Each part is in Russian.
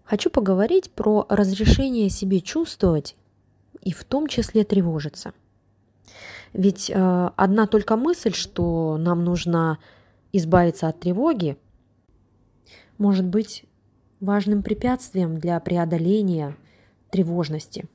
Хочу поговорить про разрешение себе чувствовать и в том числе тревожиться. Ведь одна только мысль, что нам нужно избавиться от тревоги, может быть важным препятствием для преодоления тревожности.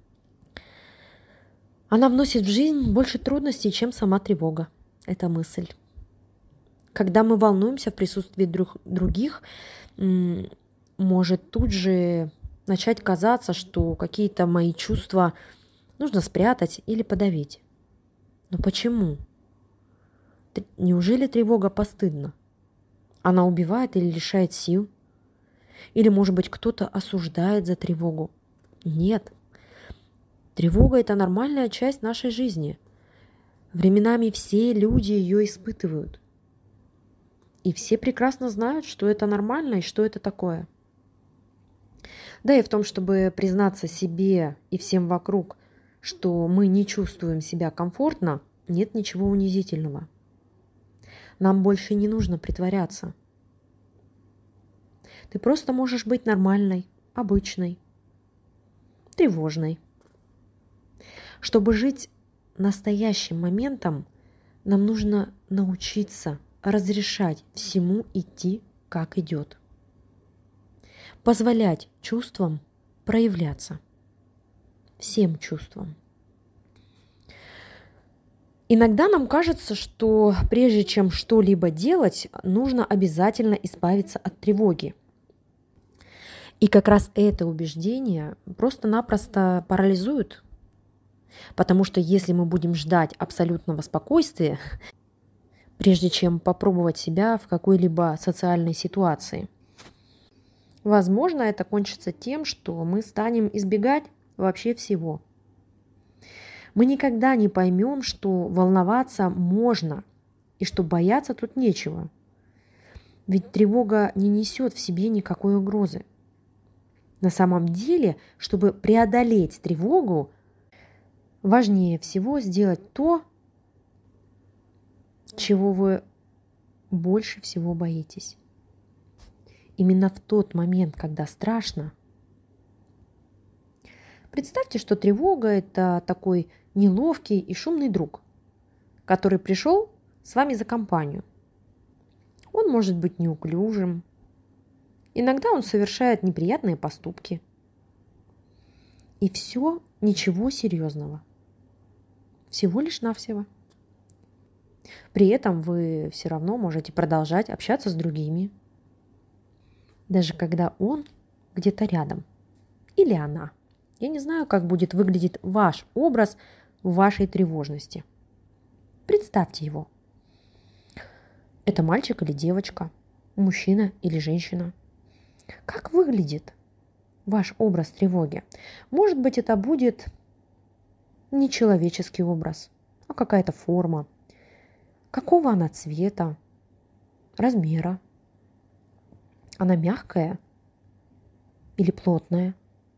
Она вносит в жизнь больше трудностей, чем сама тревога. Это мысль. Когда мы волнуемся в присутствии других, может тут же начать казаться, что какие-то мои чувства нужно спрятать или подавить. Но почему? Неужели тревога постыдна? Она убивает или лишает сил? Или, может быть, кто-то осуждает за тревогу? Нет. Тревога – это нормальная часть нашей жизни. Временами все люди ее испытывают. И все прекрасно знают, что это нормально и что это такое. Да и в том, чтобы признаться себе и всем вокруг, что мы не чувствуем себя комфортно, нет ничего унизительного. Нам больше не нужно притворяться. Ты просто можешь быть нормальной, обычной, тревожной. Чтобы жить настоящим моментом, нам нужно научиться разрешать всему идти, как идет. Позволять чувствам проявляться. Всем чувствам. Иногда нам кажется, что прежде чем что-либо делать, нужно обязательно избавиться от тревоги. И как раз это убеждение просто-напросто парализует. Потому что если мы будем ждать абсолютного спокойствия, прежде чем попробовать себя в какой-либо социальной ситуации, возможно, это кончится тем, что мы станем избегать вообще всего. Мы никогда не поймем, что волноваться можно и что бояться тут нечего. Ведь тревога не несет в себе никакой угрозы. На самом деле, чтобы преодолеть тревогу, важнее всего сделать то, чего вы больше всего боитесь. Именно в тот момент, когда страшно, представьте, что тревога – это такой неловкий и шумный друг, который пришел с вами за компанию. Он может быть неуклюжим. Иногда он совершает неприятные поступки. И все ничего серьезного. Всего лишь навсего. При этом вы все равно можете продолжать общаться с другими. Даже когда он где-то рядом. Или она. Я не знаю, как будет выглядеть ваш образ в вашей тревожности. Представьте его. Это мальчик или девочка, мужчина или женщина. Как выглядит ваш образ тревоги? Может быть, это будет не человеческий образ, а какая-то форма. Какого она цвета, размера? Она мягкая или плотная?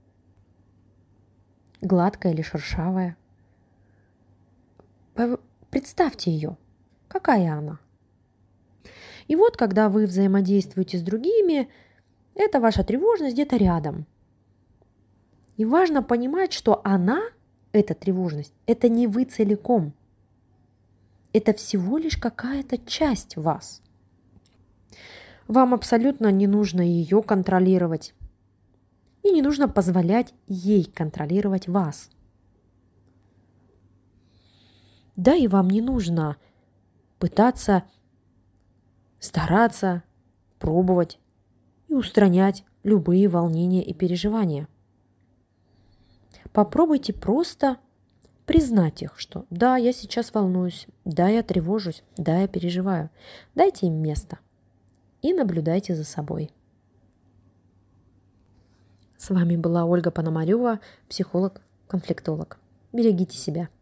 Гладкая или шершавая? Представьте ее. Какая она? И вот, когда вы взаимодействуете с другими, это ваша тревожность где-то рядом. И важно понимать, что она, эта тревожность, это не вы целиком. Это всего лишь какая-то часть вас. Вам абсолютно не нужно ее контролировать. И не нужно позволять ей контролировать вас. Да и вам не нужно пытаться, стараться, пробовать и устранять любые волнения и переживания. Попробуйте просто признать их, что да, я сейчас волнуюсь, да, я тревожусь, да, я переживаю. Дайте им место и наблюдайте за собой. С вами была Ольга Пономарева, психолог-конфликтолог. Берегите себя.